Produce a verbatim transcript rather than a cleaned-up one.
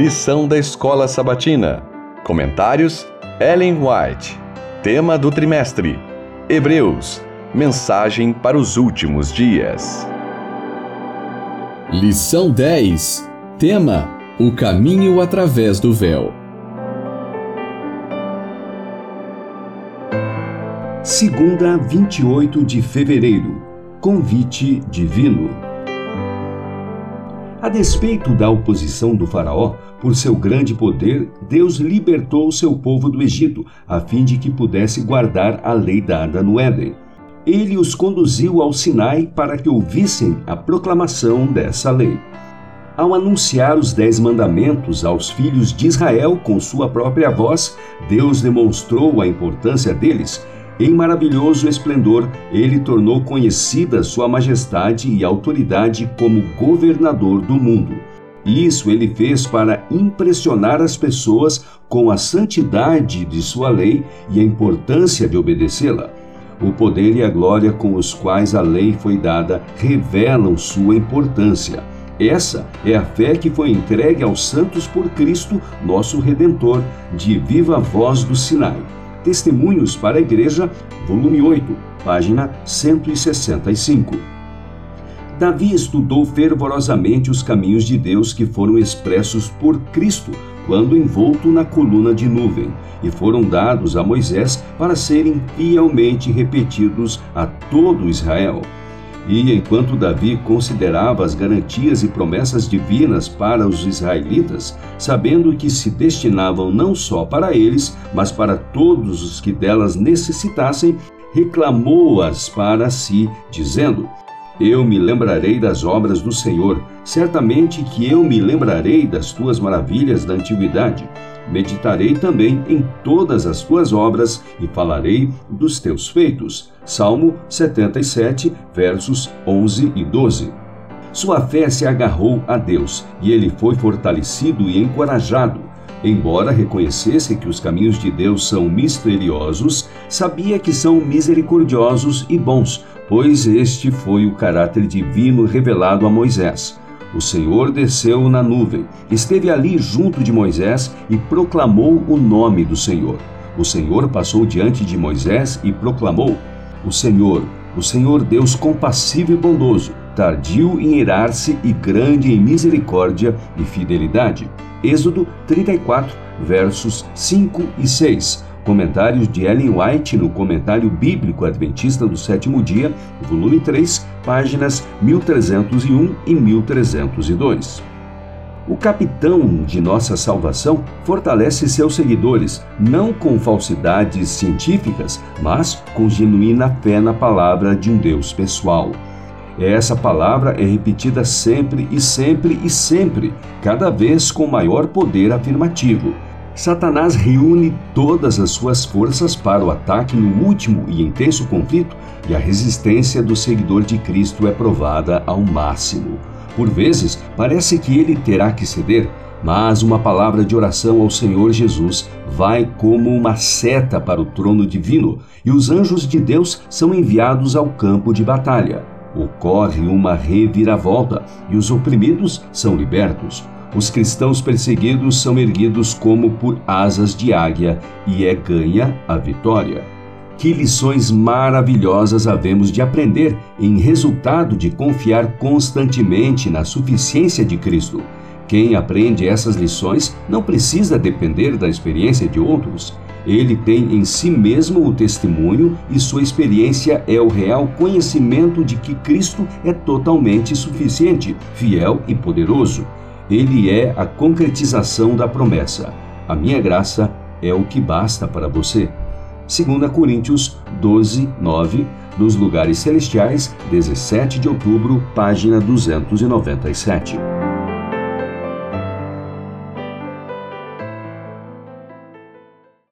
Lição da Escola Sabatina. Comentários: Ellen White. Tema do trimestre: Hebreus. Mensagem para os últimos dias. Lição dez. Tema: O caminho através do véu. Segunda, vinte e oito de fevereiro. Convite divino. A despeito da oposição do faraó, por seu grande poder, Deus libertou seu povo do Egito, a fim de que pudesse guardar a lei dada no Éden. Ele os conduziu ao Sinai para que ouvissem a proclamação dessa lei. Ao anunciar os Dez Mandamentos aos filhos de Israel com sua própria voz, Deus demonstrou a importância deles. Em maravilhoso esplendor, ele tornou conhecida sua majestade e autoridade como governador do mundo. Isso ele fez para impressionar as pessoas com a santidade de sua lei e a importância de obedecê-la. O poder e a glória com os quais a lei foi dada revelam sua importância. Essa é a fé que foi entregue aos santos por Cristo, nosso Redentor, de viva voz do Sinai. Testemunhos para a Igreja, volume oito, página cento e sessenta e cinco. Davi estudou fervorosamente os caminhos de Deus que foram expressos por Cristo quando envolto na coluna de nuvem, e foram dados a Moisés para serem fielmente repetidos a todo Israel. E enquanto Davi considerava as garantias e promessas divinas para os israelitas, sabendo que se destinavam não só para eles, mas para todos os que delas necessitassem, reclamou-as para si, dizendo: Eu me lembrarei das obras do Senhor, certamente que eu me lembrarei das tuas maravilhas da antiguidade. Meditarei também em todas as tuas obras e falarei dos teus feitos. Salmo setenta e sete, versos onze e doze. Sua fé se agarrou a Deus e ele foi fortalecido e encorajado. Embora reconhecesse que os caminhos de Deus são misteriosos, sabia que são misericordiosos e bons, pois este foi o caráter divino revelado a Moisés. O Senhor desceu na nuvem, esteve ali junto de Moisés e proclamou o nome do Senhor. O Senhor passou diante de Moisés e proclamou: O Senhor, o Senhor Deus compassivo e bondoso, tardio em irar-se e grande em misericórdia e fidelidade. Êxodo trinta e quatro, versos cinco e seis. Comentários de Ellen White no Comentário Bíblico Adventista do Sétimo Dia, volume três, páginas mil trezentos e um e mil trezentos e dois. O capitão de nossa salvação fortalece seus seguidores, não com falsidades científicas, mas com genuína fé na palavra de um Deus pessoal. Essa palavra é repetida sempre e sempre e sempre, cada vez com maior poder afirmativo. Satanás reúne todas as suas forças para o ataque no último e intenso conflito, e a resistência do seguidor de Cristo é provada ao máximo. Por vezes, parece que ele terá que ceder, mas uma palavra de oração ao Senhor Jesus vai como uma seta para o trono divino, e os anjos de Deus são enviados ao campo de batalha. Ocorre uma reviravolta, e os oprimidos são libertos. Os cristãos perseguidos são erguidos como por asas de águia, e é ganha a vitória. Que lições maravilhosas havemos de aprender em resultado de confiar constantemente na suficiência de Cristo. Quem aprende essas lições não precisa depender da experiência de outros. Ele tem em si mesmo o testemunho e sua experiência é o real conhecimento de que Cristo é totalmente suficiente, fiel e poderoso. Ele é a concretização da promessa: a minha graça é o que basta para você. Segunda Coríntios doze, nove, nos lugares celestiais, dezessete de outubro, página duzentos e noventa e sete.